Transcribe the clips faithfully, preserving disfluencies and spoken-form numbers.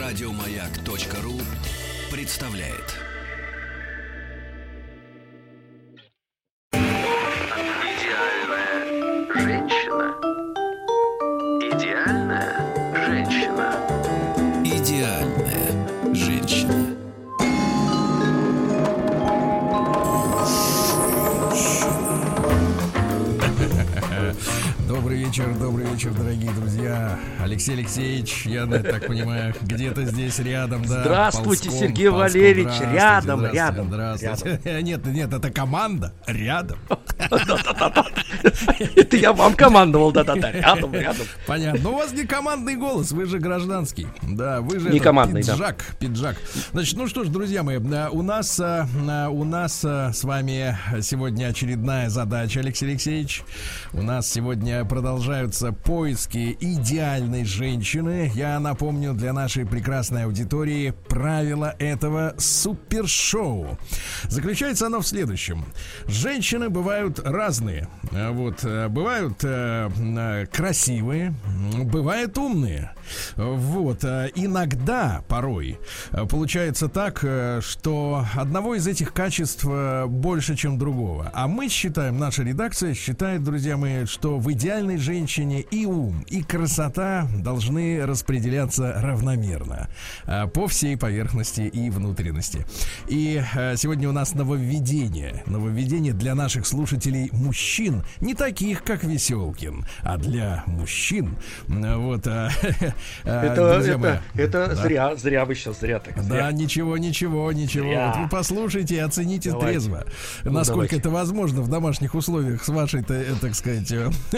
Радиомаяк.ру представляет. Идеальная женщина. Идеальная женщина. Идеальная женщина. Добрый вечер, добрый вечер, дорогие друзья. Алексей Алексеевич, я так понимаю, где-то здесь рядом, да. Здравствуйте, ползком, Сергей ползком. Валерьевич, Здравствуйте, рядом, здравствуйте, рядом, здравствуйте. рядом. Нет, нет, это команда рядом. Это я вам командовал, да-да-да, рядом, рядом. Понятно. Но у вас не командный голос, вы же гражданский. Да, вы же Не это, командный, да. пиджак, пиджак. Значит, ну что ж, друзья мои, у нас, у нас с вами сегодня очередная задача, Алексей Алексеевич. У нас сегодня продолжаются поиски идеальной женщины. Я напомню для нашей прекрасной аудитории правила этого супершоу. Заключается оно в следующем. Женщины бывают разные. Вот, бывают э, красивые, бывают умные. Вот, иногда, порой, получается так, что одного из этих качеств больше, чем другого. А мы считаем, наша редакция считает, друзья мои, что в идеальной женщине и ум, и красота должны распределяться равномерно по всей поверхности и внутренности. И сегодня у нас нововведение. Нововведение для наших слушателей мужчин, не таких, как Веселкин, а для мужчин. Вот. Это, Друзья это, мои, это да. зря, зря вы сейчас, зря так. Зря. Да, ничего, ничего, ничего. Зря. Вот вы послушайте и оцените Давайте. трезво, Ну, насколько давайте. это возможно в домашних условиях с вашей, так сказать,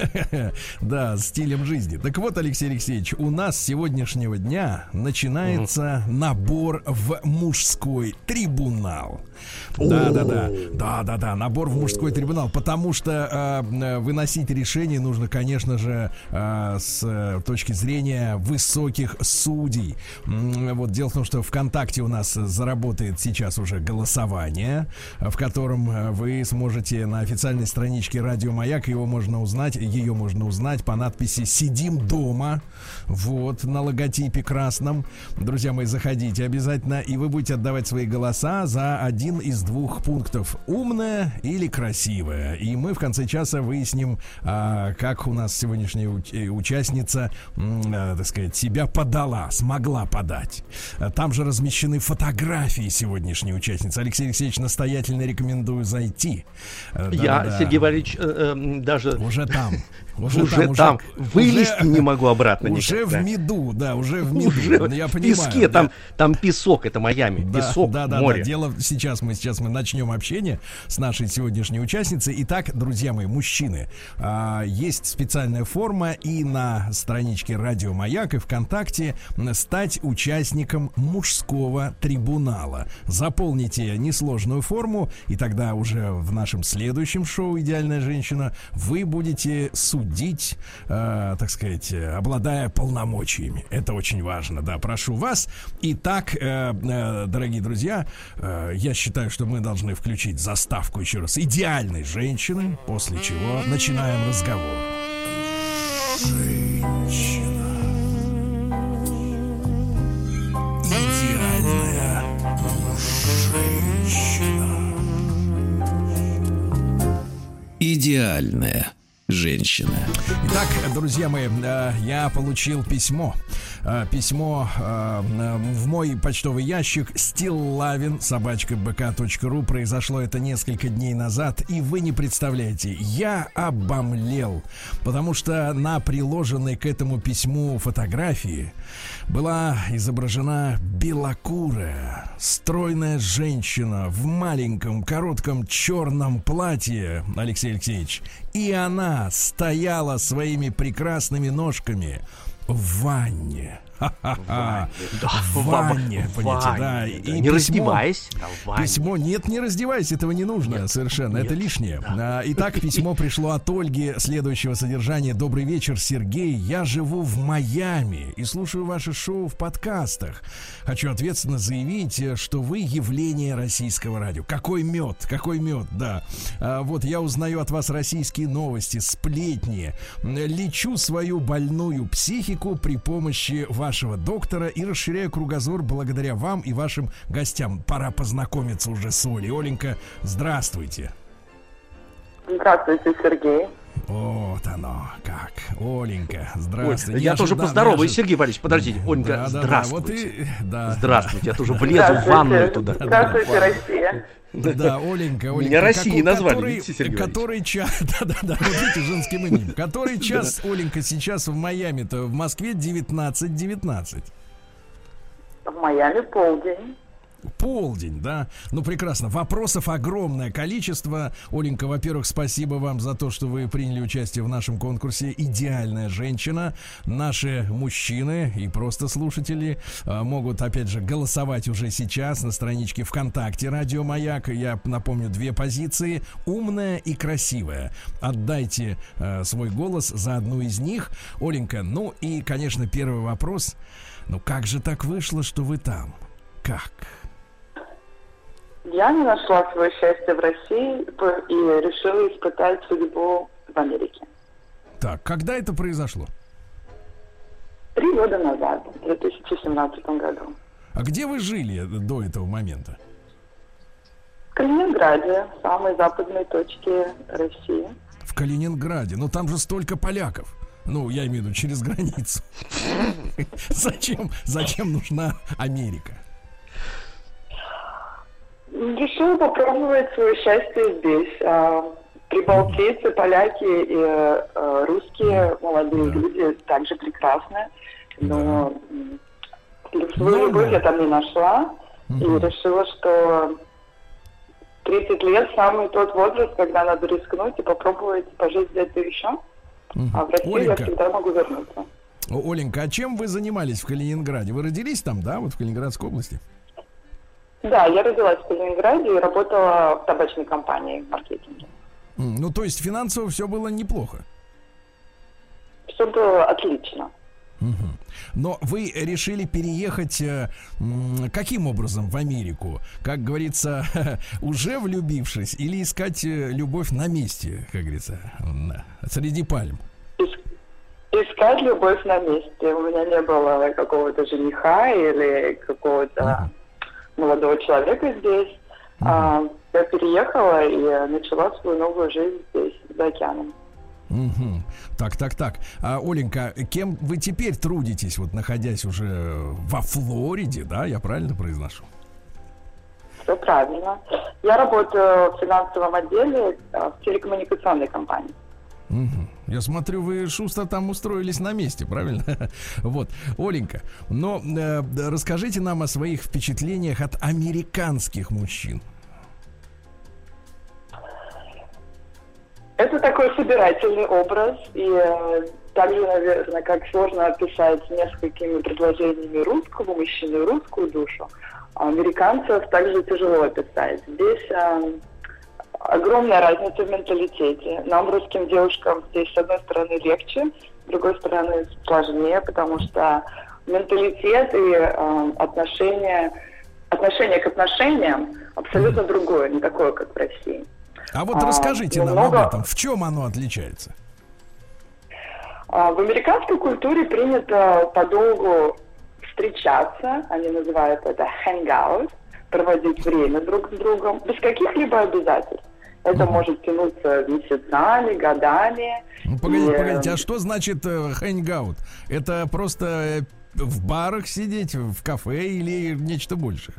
да, стилем жизни. Так вот, Алексей Алексеевич, у нас с сегодняшнего дня начинается угу. набор в мужской трибунал. Да, да, да, да, да, да, набор в мужской трибунал, потому что э, выносить решение нужно, конечно же, э, с э, точки зрения высоких судей. М, вот дело в том, что ВКонтакте у нас заработает сейчас уже голосование, в котором вы сможете на официальной страничке Радио Маяк, его можно узнать, ее можно узнать по надписи «Сидим дома», вот, на логотипе красном. Друзья мои, заходите обязательно, и вы будете отдавать свои голоса за один из двух пунктов: умная или красивая. И мы в конце часа выясним, а, как у нас сегодняшняя уч- участница, м, а, так сказать, себя подала, смогла подать. А, там же размещены фотографии сегодняшней участницы. Алексей Алексеевич, настоятельно рекомендую зайти. А, Я, да-да-да. Сергей Валерьевич, э, э, даже... Уже там. Уже, Уже там, там. уже, Вылезти уже, не могу обратно Уже никогда. в меду, да, уже в меду. Уже Я в понимаю, песке, да. там, там песок, это Майами, Да, песок, да, да, море. да. Дело сейчас мы сейчас мы начнем общение с нашей сегодняшней участницей. Итак, друзья мои, мужчины, а, есть специальная форма и на страничке Радио Маяк и ВКонтакте стать участником мужского трибунала. Заполните несложную форму, и тогда уже в нашем следующем шоу «Идеальная женщина» вы будете судить, э, так сказать, обладая полномочиями. Это очень важно, да, прошу вас. Итак, э, э, дорогие друзья, э, я считаю, что мы должны включить заставку еще раз идеальной женщины, после чего начинаем разговор. Женщина. Идеальная женщина. Идеальная женщина. Итак, друзья мои, э, я получил письмо. Э, письмо э, в мой почтовый ящик стиллавин собака бэ ка точка ру. Произошло это несколько дней назад, и вы не представляете, я обомлел, потому что на приложенной к этому письму фотографии была изображена белокурая, стройная женщина в маленьком коротком черном платье, Алексей Алексеевич, и она стояла своими прекрасными ножками в ванне. Ха-ха-ха. Да, В ванне, в понимаете, ванне, да. да. И Не письмо- раздеваясь, а в ванне. Письмо, нет, не раздевайся, этого не нужно. Нет, совершенно, нет, это лишнее. Да. А, итак, письмо пришло от Ольги следующего содержания. Добрый вечер, Сергей. Я живу в Майами и слушаю ваше шоу в подкастах. Хочу ответственно заявить, что вы явление российского радио. Какой мед, какой мед, да. А, вот я узнаю от вас российские новости, сплетни. Лечу свою больную психику при помощи вашей вашего доктора и расширяю кругозор благодаря вам и вашим гостям. Пора познакомиться уже с Олей. Оленька, здравствуйте. Здравствуйте, Сергей. Вот оно как. Оленька, здравствуйте. Ой, я, я тоже да, поздороваюсь, же... Сергей Валерьевич, подождите. Оленька, да, да, здравствуйте. Да, вот и... да. Здравствуйте, я тоже влезу в ванную туда. Здравствуйте, Россия. Да, Оленька, Оленька. Меня Россией как, назвали, который, видите, Сергей который час, да-да-да, вот видите, женским именем. Который час, Оленька, сейчас в Майами-то, в Москве девятнадцать девятнадцать. В Майами полдень. Полдень, да? Ну, прекрасно. Вопросов огромное количество. Оленька, во-первых, спасибо вам за то, что вы приняли участие в нашем конкурсе «Идеальная женщина». Наши мужчины и просто слушатели а, могут, опять же, голосовать уже сейчас на страничке ВКонтакте «Радио Маяк». Я напомню, две позиции: умная и красивая. Отдайте а, свой голос за одну из них. Оленька, ну и, конечно, первый вопрос. Ну, как же так вышло, что вы там? Как? Я не нашла свое счастье в России и решила испытать судьбу в Америке. Так, когда это произошло? Три года назад, в две тысячи семнадцатом году. А где вы жили до этого момента? В Калининграде, самой западной точке России. В Калининграде? Но там же столько поляков. Ну, я имею в виду через границу. Зачем, зачем нужна Америка? Решила попробовать свое счастье здесь. Прибалтийцы, поляки и э, русские молодые да. люди также прекрасны. Но да. свою но, любовь но. я там не нашла. Угу. И решила, что тридцать лет самый тот возраст, когда надо рискнуть и попробовать пожить где-то еще. Угу. А в России Оленька. я всегда могу вернуться. Оленька, а чем вы занимались в Калининграде? Вы родились там, да, вот в Калининградской области? Да, я родилась в Калининграде и работала в табачной компании в маркетинге. Ну, то есть финансово все было неплохо? Все было отлично. Угу. Но вы решили переехать э, каким образом в Америку? Как говорится, уже влюбившись, или искать любовь на месте, как говорится, среди пальм? Искать любовь на месте. У меня не было какого-то жениха или какого-то угу. молодого человека здесь. Угу. А, я переехала и начала свою новую жизнь здесь, за океаном. Угу. Так, так, так. А, Оленька, кем вы теперь трудитесь, вот находясь уже во Флориде, да? Я правильно произношу? Все правильно. Я работаю в финансовом отделе в телекоммуникационной компании. Угу. Я смотрю, вы шустро там устроились на месте, правильно? Вот, Оленька, но э, расскажите нам о своих впечатлениях от американских мужчин. Это такой собирательный образ, и э, также, наверное, как сложно описать несколькими предложениями русского мужчину и русскую душу, американцев также тяжело описать. Здесь э, огромная разница в менталитете. Нам, русским девушкам, здесь, с одной стороны, легче, с другой стороны, сложнее, потому что менталитет и э, отношение, отношение к отношениям абсолютно другое, не такое, как в России. А вот расскажите а, нам много... об этом. В чем оно отличается? А, в американской культуре принято подолгу встречаться, они называют это hang out, проводить время друг с другом, без каких-либо обязательств. Это uh-huh. может тянуться месяцами, годами. Ну, погодите, и... погодите, а что значит uh, hang out? Это просто в барах сидеть, в кафе или нечто большее?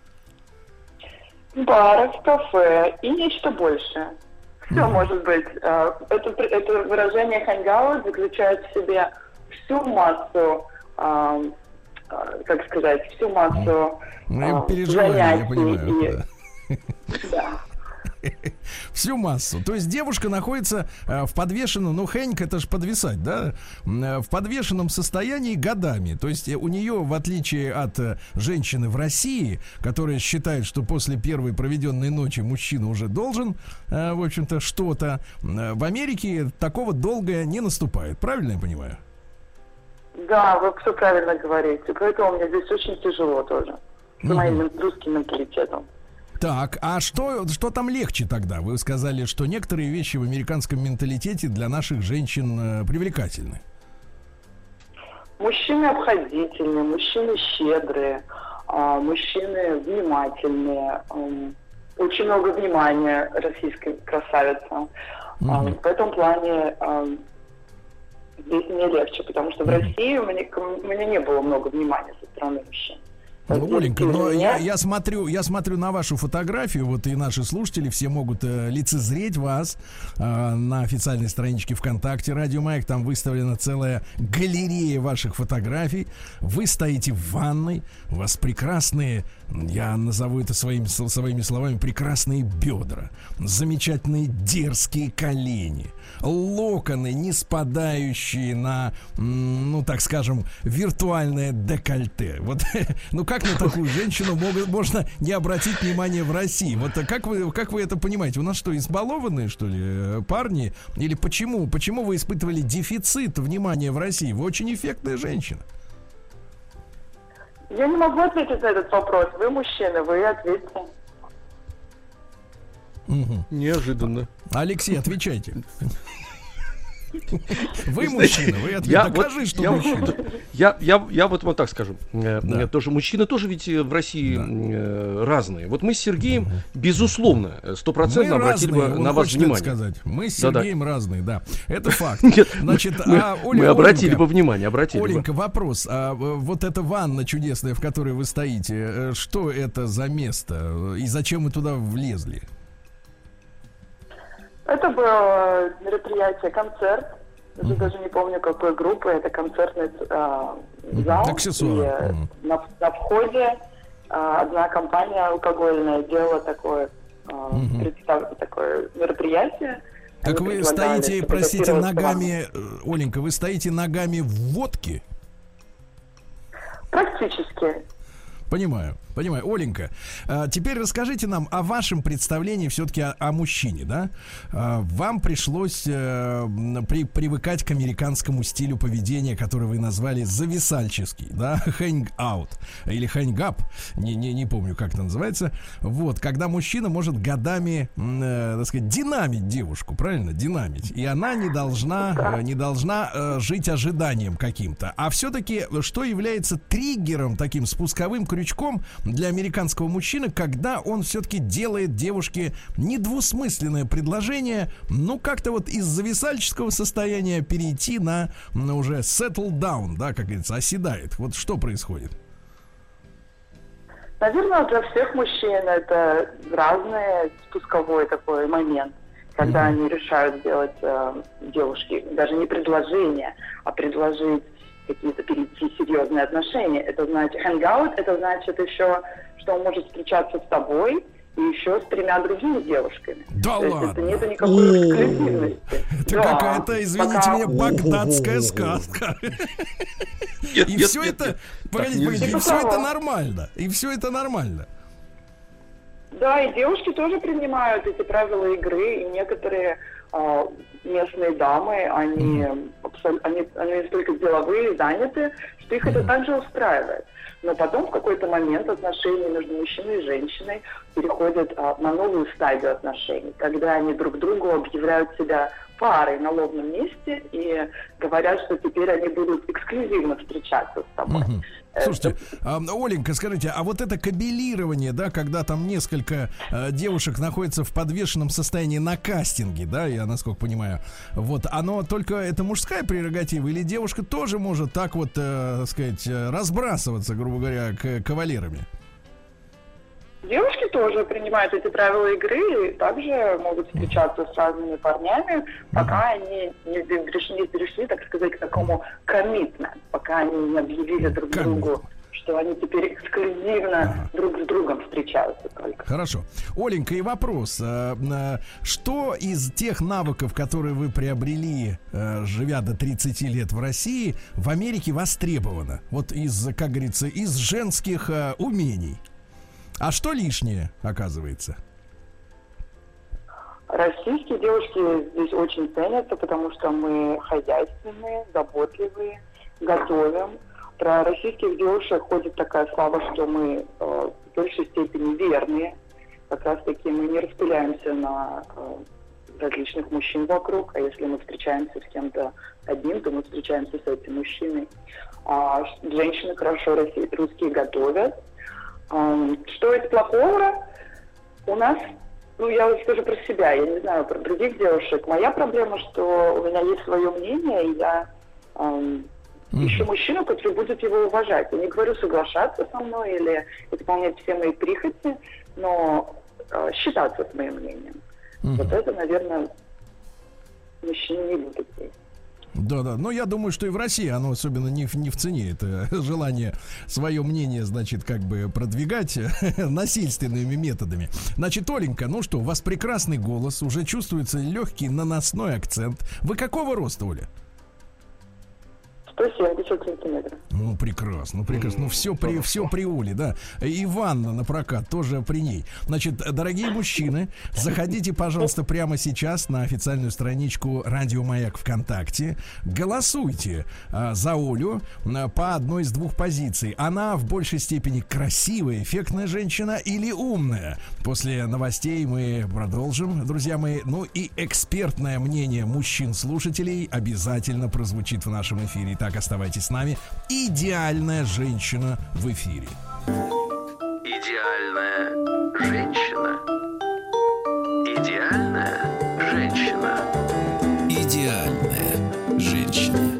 В барах, в кафе и нечто большее. Все mm-hmm. может быть. Это, это выражение hangout заключает в себе всю массу, э, как сказать, всю массу mm-hmm. э, занятий. Я понимаю, и... да. Да. Всю массу. То есть девушка находится э, в подвешенном, ну, хэнк, это же подвисать, да, э, в подвешенном состоянии годами. То есть у нее, в отличие от э, женщины в России, которая считает, что после первой проведенной ночи мужчина уже должен, э, в общем-то, что-то, э, в Америке такого долго не наступает. Правильно я понимаю? Да, вы все правильно говорите. Поэтому мне здесь очень тяжело тоже. С mm-hmm. моим русским менталитетом. Так, а что, что там легче тогда? Вы сказали, что некоторые вещи в американском менталитете для наших женщин э, привлекательны. Мужчины обходительные, мужчины щедрые, а, мужчины внимательные, ам, очень много внимания российской красавице. Мгм. А, в этом плане ам, здесь мне легче, потому что в России у меня, у меня не было много внимания со стороны мужчин. Ну, Вот Оленька, здесь но у я, меня- я смотрю, я смотрю на вашу фотографию, вот и наши слушатели все могут э, лицезреть вас э, на официальной страничке ВКонтакте Радио Маяк. Там выставлена целая галерея ваших фотографий. Вы стоите в ванной, у вас прекрасные, я назову это своими, своими словами, прекрасные бедра, замечательные дерзкие колени, локоны, не спадающие на, м, ну так скажем, виртуальное декольте. Вот, ну как на такую женщину могут, можно не обратить внимания в России? Вот а как вы, как вы это понимаете? У нас что, избалованные, что ли, э, парни? Или почему? Почему вы испытывали дефицит внимания в России? Вы очень эффектная женщина. Я не могу ответить на этот вопрос. Вы мужчина, вы ответьте. Мгм. Неожиданно. Алексей, отвечайте. Вы Знаете, мужчина, вы ответ- я докажи, вот- что я, мужчина. Я, я, я вот, вот так скажу. Э, Да. э, Тоже мужчины тоже ведь э, в России Да. э, разные. Вот мы с Сергеем, безусловно, э, стопроцентно Мы обратили бы разные, на он вас хочет это внимание. сказать. Мы с Да-да. Сергеем разные, да. Это факт. Нет, Значит, мы, а Оля, мы обратили Оленька, бы внимание, обратили бы. Оленька, вопрос. А э, вот эта ванна чудесная, в которой вы стоите, э, что это за место? И зачем вы туда влезли? Это было мероприятие, концерт. Я Мгм. даже не помню, какой группы. Это концертный а, зал. Аксессуар. И, э, Мгм. на, на входе а, одна компания алкогольная делала такое, а, Мгм. представ- такое мероприятие. Так Они вы предлагали стоите, простите, фотографироваться ногами, э, Оленька, вы стоите ногами в водке? Практически. Понимаю, понимаю. Оленька, а, теперь расскажите нам о вашем представлении все-таки о, о мужчине, да? А, Вам пришлось э, м, при- привыкать к американскому стилю поведения, который вы назвали зависальческий, да? Hang-out или hang-up, не, не, не помню, как это называется. Вот, когда мужчина может годами, м, э, так сказать, динамить девушку, правильно? Динамить. И она не должна, э, не должна э, жить ожиданием каким-то. А все-таки, что является триггером, таким спусковым крючком для американского мужчины, когда он все-таки делает девушке недвусмысленное предложение, ну, как-то вот из зависальческого состояния перейти на, на уже settle down, да, как говорится, оседает. Вот что происходит? Наверное, для всех мужчин это разный спусковой такой момент, когда Мгм. они решают сделать э, девушке даже не предложение, а предложить какие-то перейти серьезные отношения. Это значит, hangout, это значит еще, что он может встречаться с тобой и еще с тремя другими девушками. Да То есть ладно? это нет никакой эксклюзивности. Это Да. какая-то, извините Пока- меня, багдадская сказка. Нет, И нет, все нет, это, нет. погодите, Так погодите, и нельзя. все это нормально. И все это нормально. Да, и девушки тоже принимают эти правила игры, и некоторые а, местные дамы, они, абсол- они, они настолько деловые, заняты, что их это также устраивает. Но потом в какой-то момент отношения между мужчиной и женщиной переходят а, на новую стадию отношений, когда они друг другу объявляют себя парой на лобном месте и говорят, что теперь они будут эксклюзивно встречаться с тобой. Мгм. Слушайте, а, Оленька, скажите, а вот это кабелирование, да, когда там несколько э, девушек находятся в подвешенном состоянии на кастинге, да, я насколько понимаю, вот, оно только, это мужская прерогатива, или девушка тоже может так вот, э, так сказать, э, разбрасываться, грубо говоря, к кавалерами? Девушки тоже принимают эти правила игры и также могут встречаться с разными парнями, пока они не перешли, не перешли, так сказать, к такому commitment, пока они не объявили друг другу, что они теперь эксклюзивно Ага. друг с другом встречаются только. Хорошо. Оленька, и вопрос. а, а, Что из тех навыков, которые вы приобрели, а, живя до тридцати лет в России, в Америке востребовано? Вот из, как говорится, из женских а, умений. А что лишнее, оказывается? Российские девушки здесь очень ценятся, потому что мы хозяйственные, заботливые, готовим. Про российских девушек ходит такая слава, что мы э, в большей степени верные. Как раз таки мы не распыляемся на э, различных мужчин вокруг, а если мы встречаемся с кем-то одним, то мы встречаемся с этим мужчиной. А, женщины хорошо россий, русские готовят. А, что это плохого? У нас, ну я вот скажу про себя, я не знаю про других девушек. Моя проблема, что у меня есть свое мнение, и я а, ищу мужчину, который будет его уважать. Я не говорю соглашаться со мной или исполнять все мои прихоти, но а, считаться с моим мнением. Mm-hmm. Вот это, наверное, мужчины не любят здесь. Да-да, но я думаю, что и в России оно особенно не в, не в цене. Это желание свое мнение, значит, как бы продвигать насильственными методами. Значит, Оленька, ну что, у вас прекрасный голос, уже чувствуется легкий наносной акцент. Вы какого роста, Оля? сто семьдесят сантиметров. Ну, прекрасно, ну, прекрасно. Ну, все при, все при Оле, да. И ванна на прокат тоже при ней. Значит, дорогие мужчины, заходите, пожалуйста, прямо сейчас на официальную страничку Радио Маяк ВКонтакте. Голосуйте а, за Олю а, по одной из двух позиций. Она в большей степени красивая, эффектная женщина или умная? После новостей мы продолжим, друзья мои. Ну и экспертное мнение мужчин-слушателей обязательно прозвучит в нашем эфире. Так, оставайтесь с нами. Идеальная женщина в эфире. Идеальная женщина. Идеальная женщина. Идеальная женщина.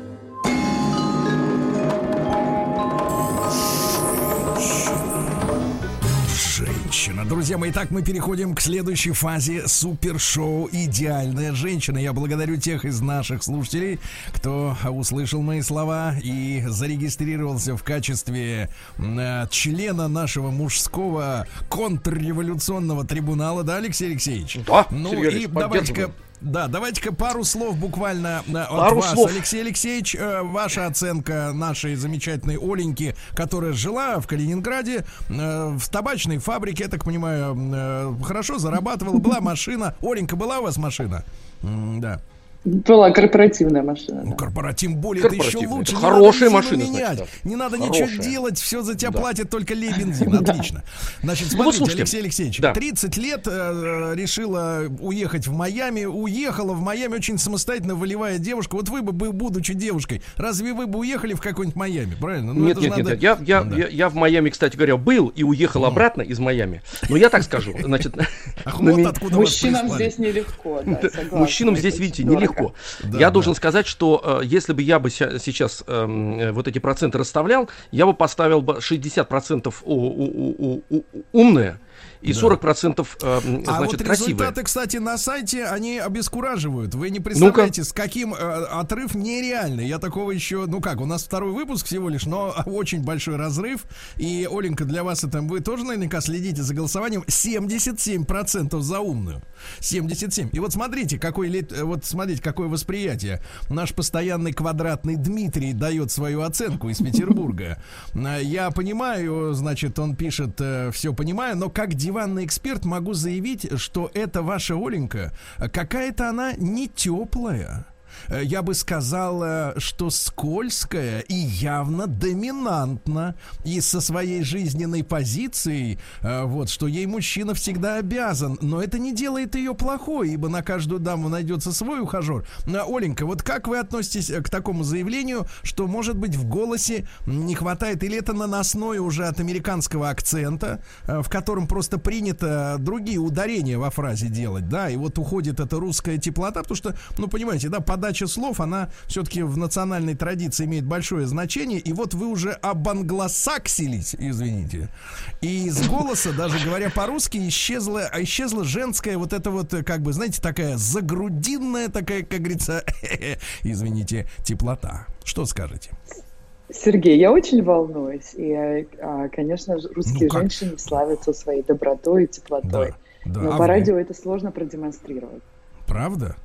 Женщина. Друзья мои, так мы переходим к следующей фазе супершоу «Идеальная женщина». Я благодарю тех из наших слушателей, кто услышал мои слова и зарегистрировался в качестве э, члена нашего мужского контрреволюционного трибунала. Да, Алексей Алексеевич? Да, ну Сергей и давайте-ка... Да, давайте-ка пару слов буквально от пару вас, слов. Алексей Алексеевич. Э, ваша оценка нашей замечательной Оленьки, которая жила в Калининграде, э, в табачной фабрике, я так понимаю, э, хорошо зарабатывала, была машина. Оленька, была у вас машина? М, да. Была корпоративная машина. Ну, да. корпоратив, более это еще лучше. Это Не хорошая надо машина, менять, значит, не надо хорошая. ничего делать, все за тебя Да. платят только лей бензин. Отлично. Значит, Ну, вот смотрите, слушайте. Алексей Алексеевич, Да. тридцать лет э, решила уехать в Майами, уехала в Майами, очень самостоятельно волевая девушка. Вот вы бы, будучи девушкой, разве вы бы уехали в какой-нибудь Майами, правильно? Ну, нет, это же нет, нет, надо- нет. Я, я, Да. я, я в Майами, кстати говоря, был и уехал обратно из Майами. Но я так скажу, значит, Ах, на вот меня- откуда вас Мужчинам прислали. здесь нелегко, да, согласна. мужчинам здесь, Это видите, дорого. нелегко. Да, я да. должен сказать, что э, если бы я бы ся- сейчас э, вот эти проценты расставлял, я бы поставил бы шестьдесят процентов у- у- у- у- у- умное и сорок процентов э, м, А значит, вот красивое. результаты, кстати, на сайте, они обескураживают. Вы не представляете, с каким э, отрыв нереальный. Я такого еще, ну как, у нас второй выпуск всего лишь, но очень большой разрыв. И, Оленька, для вас это, вы тоже наверняка следите за голосованием. семьдесят семь процентов за умную. семьдесят семь. И вот смотрите, какой, лет- э, вот смотрите, какое восприятие. Наш постоянный квадратный Дмитрий дает свою оценку из Петербурга. Э, Я понимаю, значит, он пишет, э, все понимаю, но как диванный эксперт могу заявить, что эта ваша Оленька, э, какая-то она не теплая. Э, Я бы сказал, э, что скользкая и явно доминантна. И со своей жизненной позицией, э, вот, что ей мужчина всегда обязан. Но это не делает ее плохой, ибо на каждую даму найдется свой ухажер. Э, Оленька, вот как вы относитесь к такому заявлению, что, может быть, в голосе не хватает, или это наносное уже от американского акцента, э, в котором просто принято другие ударения во фразе делать, да, и вот уходит эта русская теплота, потому что, ну, понимаете, да, подача слов, она все-таки в национальной традиции имеет большое значение, и вот вы уже обанглосаксились, извините, и из голоса, даже говоря по-русски, исчезла, исчезла женская вот эта вот, как бы, знаете, такая загрудинная, такая, как говорится, извините, теплота. Что скажете? Сергей, я очень волнуюсь. И, а, конечно, же, русские Ну как? женщины славятся своей добротой и теплотой. Да, да. Но А по вы? радио это сложно продемонстрировать. Правда?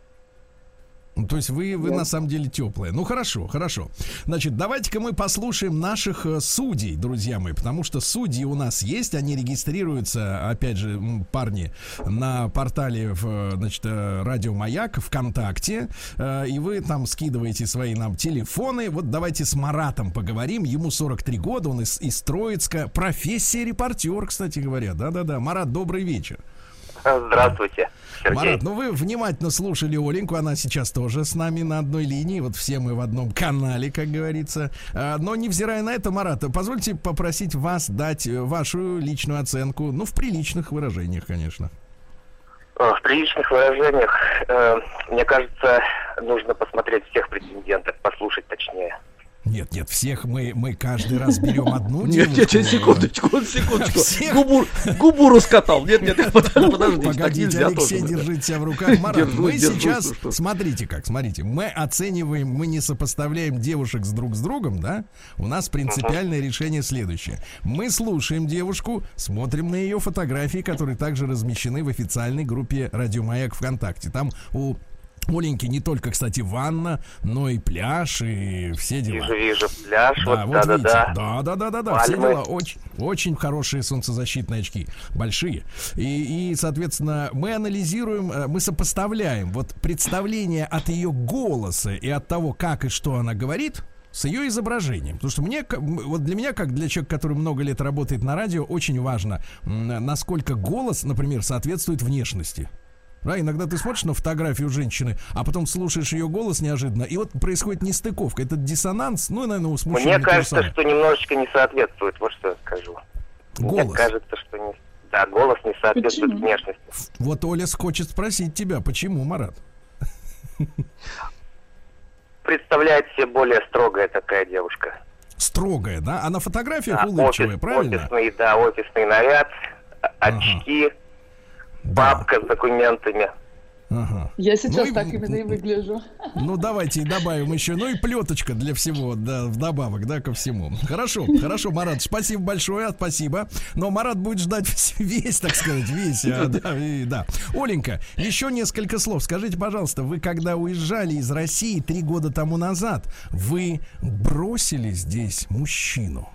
Ну, то есть вы, вы Да. на самом деле теплые. Ну, хорошо, хорошо. Значит, давайте-ка мы послушаем наших э, судей, друзья мои, потому что судьи у нас есть, они регистрируются, опять же, м, парни, на портале, в, э, значит, э, Радио Маяк, ВКонтакте, э, и вы там скидываете свои нам телефоны. Вот давайте с Маратом поговорим, ему сорок три года, он из, из Троицка, профессия репортер, кстати говоря, да-да-да. Марат, добрый вечер. Здравствуйте, Сергей. Марат, ну вы внимательно слушали Оленьку, она сейчас тоже с нами на одной линии, вот все мы в одном канале, как говорится. А, но невзирая на это, Марат, позвольте попросить вас дать вашу личную оценку, ну, в приличных выражениях, конечно. В приличных выражениях, э, мне кажется, нужно посмотреть всех претендентов, послушать точнее. Нет, нет, всех мы, мы каждый раз берем одну Нет, девушку. нет, нет, секундочку, секундочку. Всех? Губу, губу раскатал. Нет, нет, подожди, подожди. так Погодите, нельзя Алексей, тоже. держите себя в руках. Марат, Держу, мы держу, сейчас, что, что. смотрите как, смотрите, мы оцениваем, мы не сопоставляем девушек с друг с другом, да? У нас принципиальное решение следующее. Мы слушаем девушку, смотрим на ее фотографии, которые также размещены в официальной группе «Радио Маяк» ВКонтакте. Там у Оленьки не только, кстати, ванна, но и пляж, и все дела. Вижу, вижу, пляж, Да, вот, вот да-да-да. видите, да, да, да, да, да, все Пальмы. дела очень, очень хорошие солнцезащитные очки, большие. И, и, соответственно, мы анализируем, э, мы сопоставляем вот представление от ее голоса и от того, как и что она говорит, с ее изображением. Потому что мне, к- м, вот для меня, как для человека, который много лет работает на радио, очень важно, м, насколько голос, например, соответствует внешности. Да, иногда ты смотришь на фотографию женщины, а потом слушаешь ее голос неожиданно, и вот происходит нестыковка, этот диссонанс, ну, наверное, у смущения. Мне то же кажется, самое. что немножечко не соответствует, вот что я скажу. Мне Голос. кажется, что не... Да, голос не соответствует Почему? внешности. Вот Оля хочет спросить тебя, почему, Марат? Представляет себе более строгая такая девушка. Строгая, да? А на фотографиях Да, улыбчивая, офис- правильно? Офисный, да, офисный наряд, очки, Да. папка с документами. Ага. Я сейчас Ну и- так именно и выгляжу. Ну, давайте и добавим еще. Ну и плеточка для всего, да, вдобавок, да, ко всему. Хорошо, хорошо, Марат, спасибо большое, спасибо. Но Марат будет ждать весь, так сказать, весь. а, да, и- да. Оленька, еще несколько слов. Скажите, пожалуйста, вы когда уезжали из России три года тому назад, вы бросили здесь мужчину?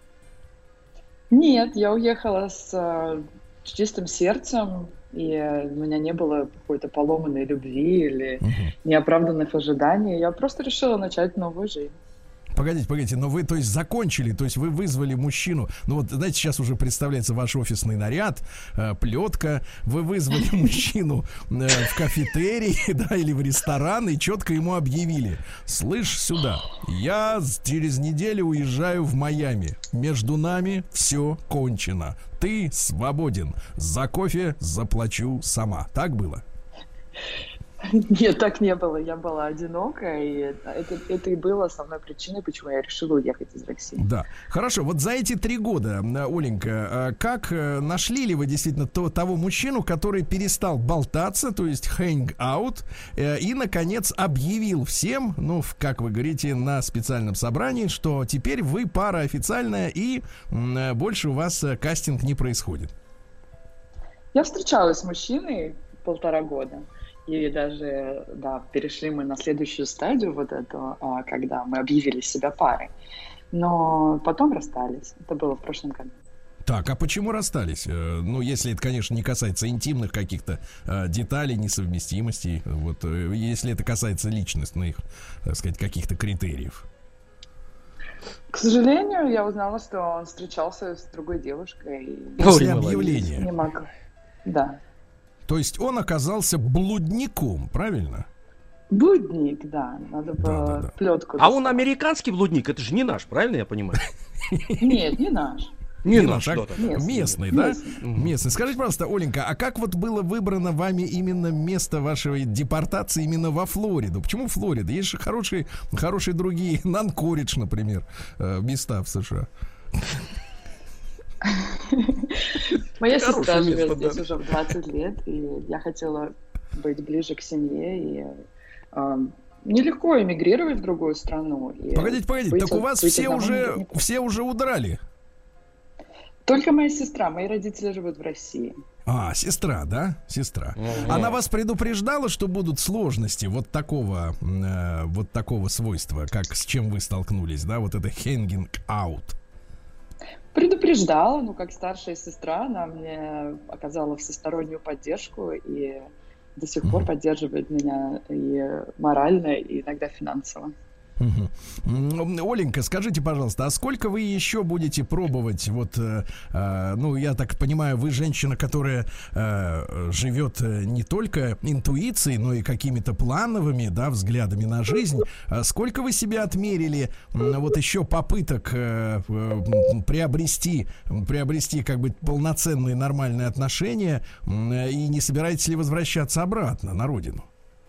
Нет, я уехала с э, чистым сердцем, и э, у меня не было какой-то поломанной любви или неоправданных ожиданий. Я просто решила начать новую жизнь. Погодите, погодите, но вы, то есть, закончили, то есть вы вызвали мужчину, ну вот, знаете, сейчас уже представляется ваш офисный наряд, э, плетка, вы вызвали мужчину э, в кафетерий, да, или в ресторан, и четко ему объявили: слышь, сюда, я с- через неделю уезжаю в Майами, между нами все кончено, ты свободен, за кофе заплачу сама. Так было? Нет, так не было. Я была одинока, и это, это и было основной причиной, почему я решила уехать из России. Да. Хорошо, вот за эти три года, э, Оленька, э, как э, нашли ли вы действительно то, того мужчину, который перестал болтаться, то есть hang out, э, и, наконец, объявил всем, ну, в- как вы говорите, на специальном собрании, что теперь вы пара официальная, и м, э, больше у вас э, кастинг не происходит? Я встречалась с мужчиной полтора года, и даже, да, перешли мы на следующую стадию вот эту, а, когда мы объявили себя парой. Но потом расстались. Это было в прошлом году. Так, а почему расстались? Э, Ну, если это, конечно, не касается интимных каких-то э, деталей, несовместимостей, вот, э, если это касается личностных, так сказать, каких-то критериев. К сожалению, я узнала, что он встречался с другой девушкой. И После молодец. объявления. не могу. Да. То есть он оказался блудником, правильно? Блудник, да. Надо Да, было да, да. плетку. А он доставать. американский блудник, это же не наш, правильно я понимаю? Нет, не наш. Не Не наш, наш, а да, да. Местный. местный, да? Местный. Местный. Скажите, пожалуйста, Оленька, а как вот было выбрано вами именно место вашей депортации именно во Флориду? Почему Флорида? Есть же хорошие, хорошие другие, Нанкоридж, например, э, места в США. Моя Хорошее сестра живет место, здесь да. уже в двадцать лет, и я хотела быть ближе к семье, и э, нелегко эмигрировать в другую страну. и Погодите, погодите, быть так у от- вас быть все одному уже, не- не- все уже удрали. Только моя сестра, мои родители живут в России. А, сестра, да? Сестра. Она вас предупреждала, что будут сложности вот такого, э, вот такого свойства, как с чем вы столкнулись, да? Вот это hanging out. Предупреждала, но как старшая сестра она мне оказала всестороннюю поддержку и до сих пор поддерживает меня и морально, и иногда финансово. Угу. Оленька, скажите, пожалуйста, а сколько вы еще будете пробовать? Вот, э, э, ну, я так понимаю, вы женщина, которая э, живет не только интуицией, но и какими-то плановыми, да, взглядами на жизнь. А сколько вы себе отмерили э, вот еще попыток э, э, приобрести, приобрести как бы полноценные нормальные отношения, э, и не собираетесь ли возвращаться обратно на родину?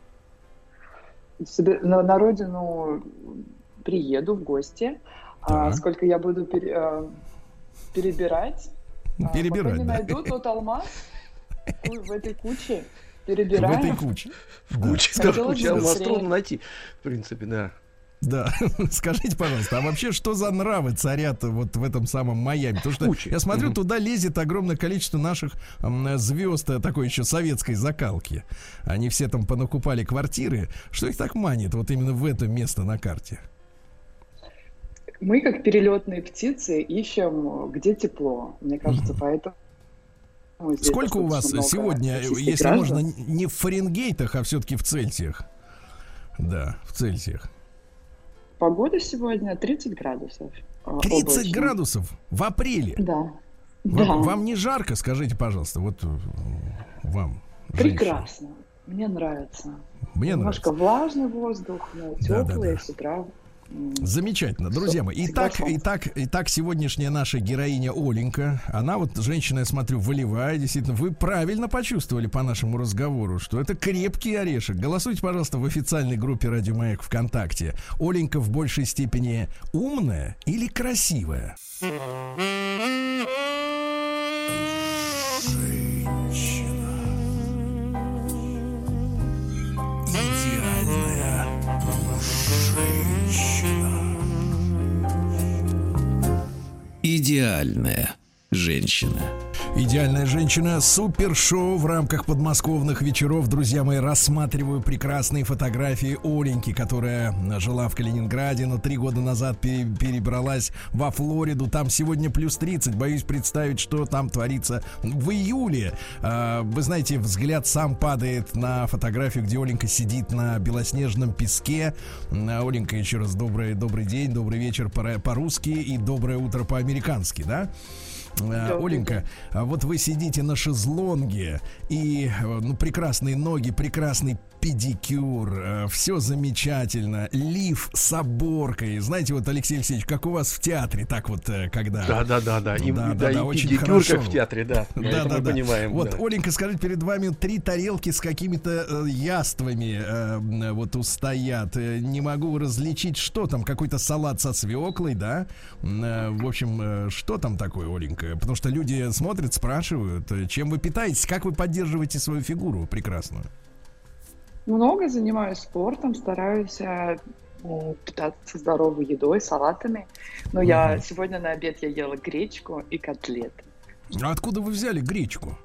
На, на родину приеду в гости. А, сколько я буду пере, а, перебирать? Перебирать, а, пока не да. найду тот алмаз в этой куче. Перебираю. В этой куче. Куча, Да. да, куча алмаз трудно найти, в принципе, да. Да, скажите, пожалуйста, а вообще что за нравы царят вот в этом самом Майами? Потому что Куча. я смотрю, Мгм. туда лезет огромное количество наших м, звезд э, такой еще советской закалки. Они все там понакупали квартиры. Что их так манит вот именно в это место на карте? Мы, как перелетные птицы, ищем, где тепло. Мне кажется, поэтому... здесь Сколько у вас достаточно много сегодня, российских если граждан. можно, не в Фаренгейтах, а все-таки в Цельсиях? Да, в Цельсиях. Погода сегодня тридцать градусов. а, тридцать облачно. градусов в апреле. Да. Вам, Да. вам не жарко, скажите, пожалуйста, вот э, вам. женщине? Прекрасно. Мне нравится. Мне Немножко нравится. влажный воздух, но Да, да, теплый да. с утра. м, Замечательно, друзья мои. Всегда Итак, солнце. итак, итак, сегодняшняя наша героиня Оленька, она вот женщина, я смотрю, волевая, действительно. Вы правильно почувствовали по нашему разговору, что это крепкий орешек. Голосуйте, пожалуйста, в официальной группе Радио Маяк ВКонтакте. Оленька в большей степени умная или красивая? Женщина. Идеальная женщина. Идеальная женщина. Идеальная женщина. Супершоу в рамках подмосковных вечеров. Друзья мои, рассматриваю прекрасные фотографии Оленьки, которая жила в Калининграде, но три года назад пере- перебралась во Флориду. Там сегодня плюс тридцать. Боюсь представить, что там творится в июле. А, вы знаете, взгляд сам падает на фотографию, где Оленька сидит на белоснежном песке. А, Оленька, еще раз добрый, добрый день, добрый вечер по- по-русски и доброе утро по-американски, да? А, Оленька, а вот вы сидите на шезлонге и, ну, прекрасные ноги, прекрасный педикюр, все замечательно, лиф с оборкой. Знаете, вот, Алексей Алексеевич, как у вас в театре, так вот, э, когда... Да, да, да, да. И, Да, да, да, и да, очень педикюр, хорошо. как в театре, да. Да, Это да, мы да. понимаем. Вот, да. Оленька, скажите, перед вами три тарелки с какими-то э, яствами э, вот устоят. Э, Не могу различить, что там. Какой-то салат со свеклой, да? Э, в общем, э, что там такое, Оленька? Потому что люди смотрят, спрашивают, э, чем вы питаетесь, как вы поддерживаете свою фигуру прекрасную. Много занимаюсь спортом, стараюсь э, м, питаться здоровой едой, салатами. Но я сегодня на обед я ела гречку и котлеты. А откуда вы взяли гречку?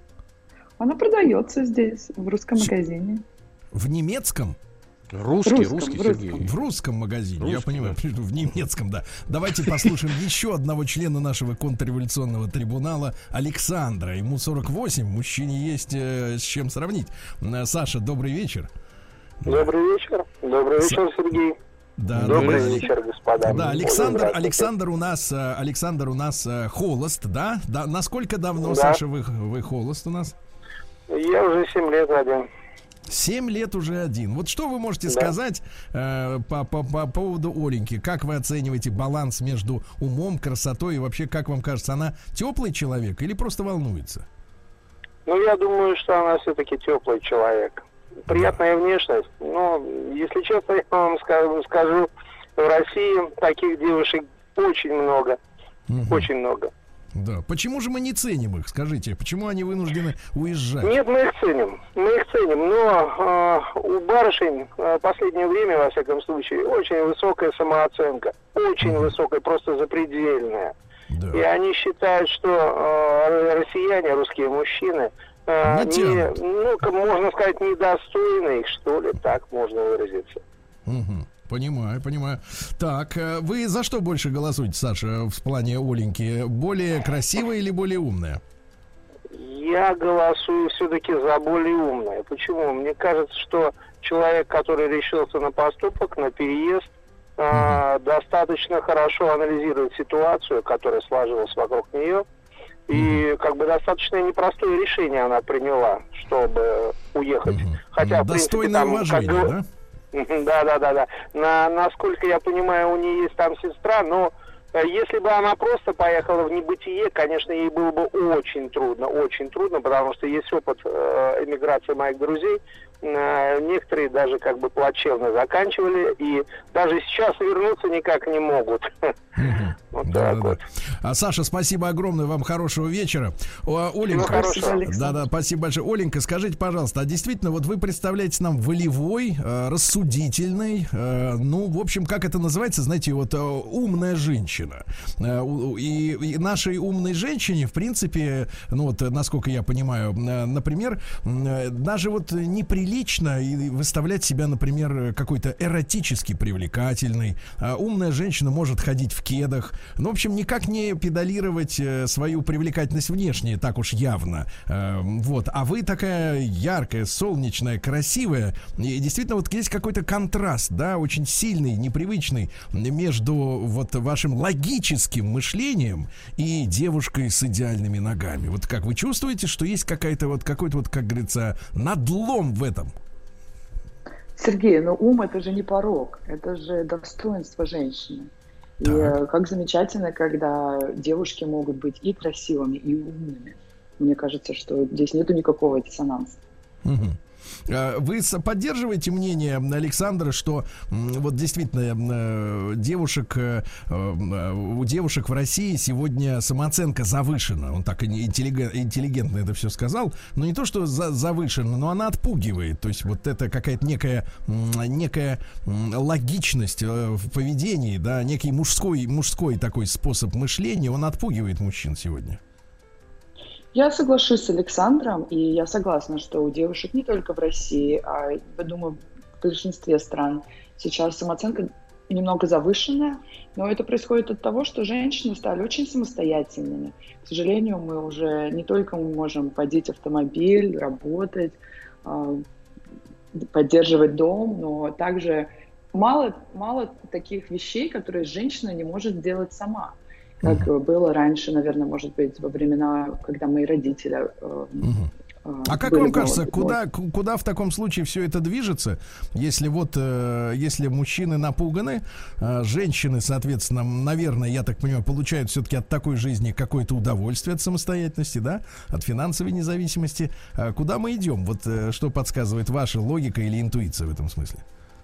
Она продается здесь, в русском магазине. В немецком? Русский, русском, русский, в Сергей. русском. В русском магазине, я Русский, понимаю, да. в немецком, да. Давайте послушаем еще одного члена нашего контрреволюционного трибунала, Александра. Ему сорок восемь, мужчине есть э, с чем сравнить. Э, Саша, добрый вечер. Добрый вечер. Добрый вечер, Сергей. Да, Добрый да, вечер, господа. Да, Александр, Здравствуйте. Александр у нас, э, Александр у нас э, холост, да? Да. Насколько давно, Да. Саша, вы, вы холост у нас? Я уже семь лет один. Семь лет уже один. Вот что вы можете Да. сказать э, по, по, по поводу Оленьки? Как вы оцениваете баланс между умом, красотой и вообще, как вам кажется, она теплый человек или просто волнуется? Ну, я думаю, что она все-таки теплый человек. Приятная внешность. Но, если честно, я вам скажу, скажу, в России таких девушек очень много. Мгм. Очень много. Да. Почему же мы не ценим их? Скажите, почему они вынуждены уезжать? Нет, мы их ценим. Мы их ценим. Но э, у барышень э, в последнее время, во всяком случае, очень высокая самооценка. Очень Мгм. высокая, просто запредельная. Да. И они считают, что э, россияне, русские мужчины, э, Не не, тянут. ну, как можно сказать, недостойны их, что ли, так можно выразиться. Мгм. Понимаю, понимаю. Так, э, вы за что больше голосуете, Саша, в плане Оленьки? Более красивая или более умная? Я голосую все-таки за более умное. Почему? Мне кажется, что человек, который решился на поступок, на переезд, э, достаточно хорошо анализирует ситуацию, которая сложилась вокруг нее. И как бы достаточно непростое решение она приняла, чтобы уехать. Угу. Хотя, достойное в принципе, там, уважение, как... да? Да, да, да, да. На, насколько я понимаю, у нее есть там сестра, но если бы она просто поехала в небытие, конечно, ей было бы очень трудно, очень трудно, потому что есть опыт э, эмиграции моих друзей. Э, некоторые даже как бы плачевно заканчивали, и даже сейчас вернуться никак не могут. Вот да, так да, вот. да. А, Саша, спасибо огромное, вам хорошего вечера. О, Оленька, да, да, спасибо большое. Оленька, скажите, пожалуйста, а действительно, вот вы представляете нам волевой, э, рассудительный, э, ну, в общем, как это называется, знаете, вот э, умная женщина. Э, и, и нашей умной женщине, в принципе, ну вот, насколько я понимаю, э, например, э, даже вот неприлично и выставлять себя, например, какой-то эротически привлекательной. Э, умная женщина может ходить в кедах. Ну, в общем, никак не педалировать э, свою привлекательность внешне, так уж явно. Э, вот. А вы такая яркая, солнечная, красивая. И действительно, вот есть какой-то контраст, да, очень сильный, непривычный между вот вашим логическим мышлением и девушкой с идеальными ногами. Вот как вы чувствуете, что есть какая-то вот, какой-то вот, как говорится, надлом в этом? Сергей, ну ум — это же не порок, это же достоинство женщины. И так. Как замечательно, когда девушки могут быть и красивыми, и умными. Мне кажется, что здесь нету никакого диссонанса. Угу. Вы поддерживаете мнение Александра, что вот действительно девушек, у девушек в России сегодня самооценка завышена? Он так интеллигентно это все сказал. Но не то, что завышена, но она отпугивает. То есть вот это какая-то некая, некая логичность в поведении, да, некий мужской, мужской такой способ мышления, он отпугивает мужчин сегодня. Я соглашусь с Александром, и я согласна, что у девушек не только в России, а, я думаю, в большинстве стран сейчас самооценка немного завышенная, но это происходит от того, что женщины стали очень самостоятельными. К сожалению, мы уже не только можем водить автомобиль, работать, поддерживать дом, но также мало, мало таких вещей, которые женщина не может сделать сама. Как uh-huh. было раньше, наверное, может быть, во времена, когда мои родители... Э, uh-huh. А как вам кажется, куда, куда в таком случае все это движется, если вот, э, если мужчины напуганы, э, женщины, соответственно, наверное, я так понимаю, получают все-таки от такой жизни какое-то удовольствие от самостоятельности, да, от финансовой независимости. А куда мы идем? Вот э, что подсказывает ваша логика или интуиция в этом смысле?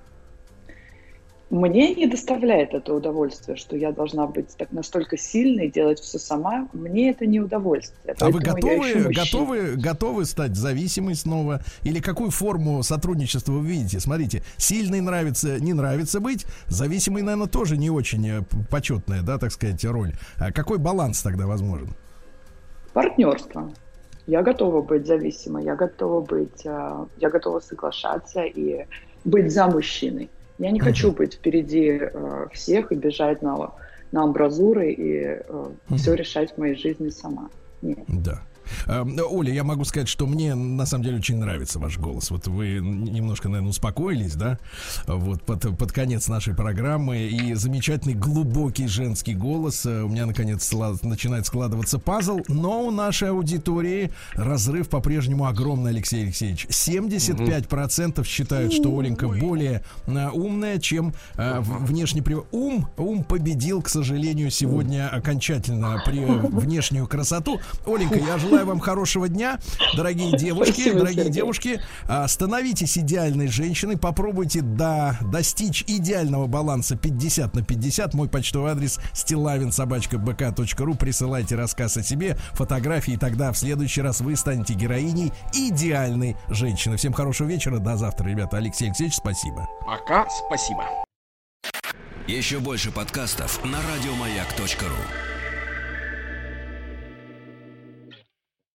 Мне не доставляет это удовольствие, что я должна быть так настолько сильной, делать все сама. Мне это не удовольствие. А вы готовы, готовы, готовы стать зависимой снова? Или какую форму сотрудничества вы видите? Смотрите, сильной нравится, не нравится быть, зависимой, наверное, тоже не очень почетная, да, так сказать, роль. А какой баланс тогда возможен? Партнерство. Я готова быть зависимой, я готова быть, я готова соглашаться и быть за мужчиной. Я не хочу быть впереди э, всех и бежать на, на амбразуры и э, uh-huh. все решать в моей жизни сама. Нет. Да. Оля, я могу сказать, что мне на самом деле очень нравится ваш голос. Вот вы немножко, наверное, успокоились, да? Вот под, под конец нашей программы. И замечательный глубокий женский голос. У меня, наконец, склад, начинает складываться пазл. Но у нашей аудитории разрыв по-прежнему огромный, Алексей Алексеевич. семьдесят пять процентов считают, что Оленька более а, умная, чем а, внешне... Ум, ум победил, к сожалению, сегодня окончательно при внешнюю красоту. Оленька, я желаю вам хорошего дня, дорогие девушки, Спасибо, дорогие Сергей. девушки. Становитесь идеальной женщиной, попробуйте до, достичь идеального баланса пятьдесят на пятьдесят. Мой почтовый адрес стилавин собака бэ ка точка ру. Присылайте рассказ о себе, фотографии, и тогда в следующий раз вы станете героиней идеальной женщины. Всем хорошего вечера, до завтра, ребята. Алексей Алексеевич, спасибо. Пока, спасибо. Еще больше подкастов на радиомаяк точка ру.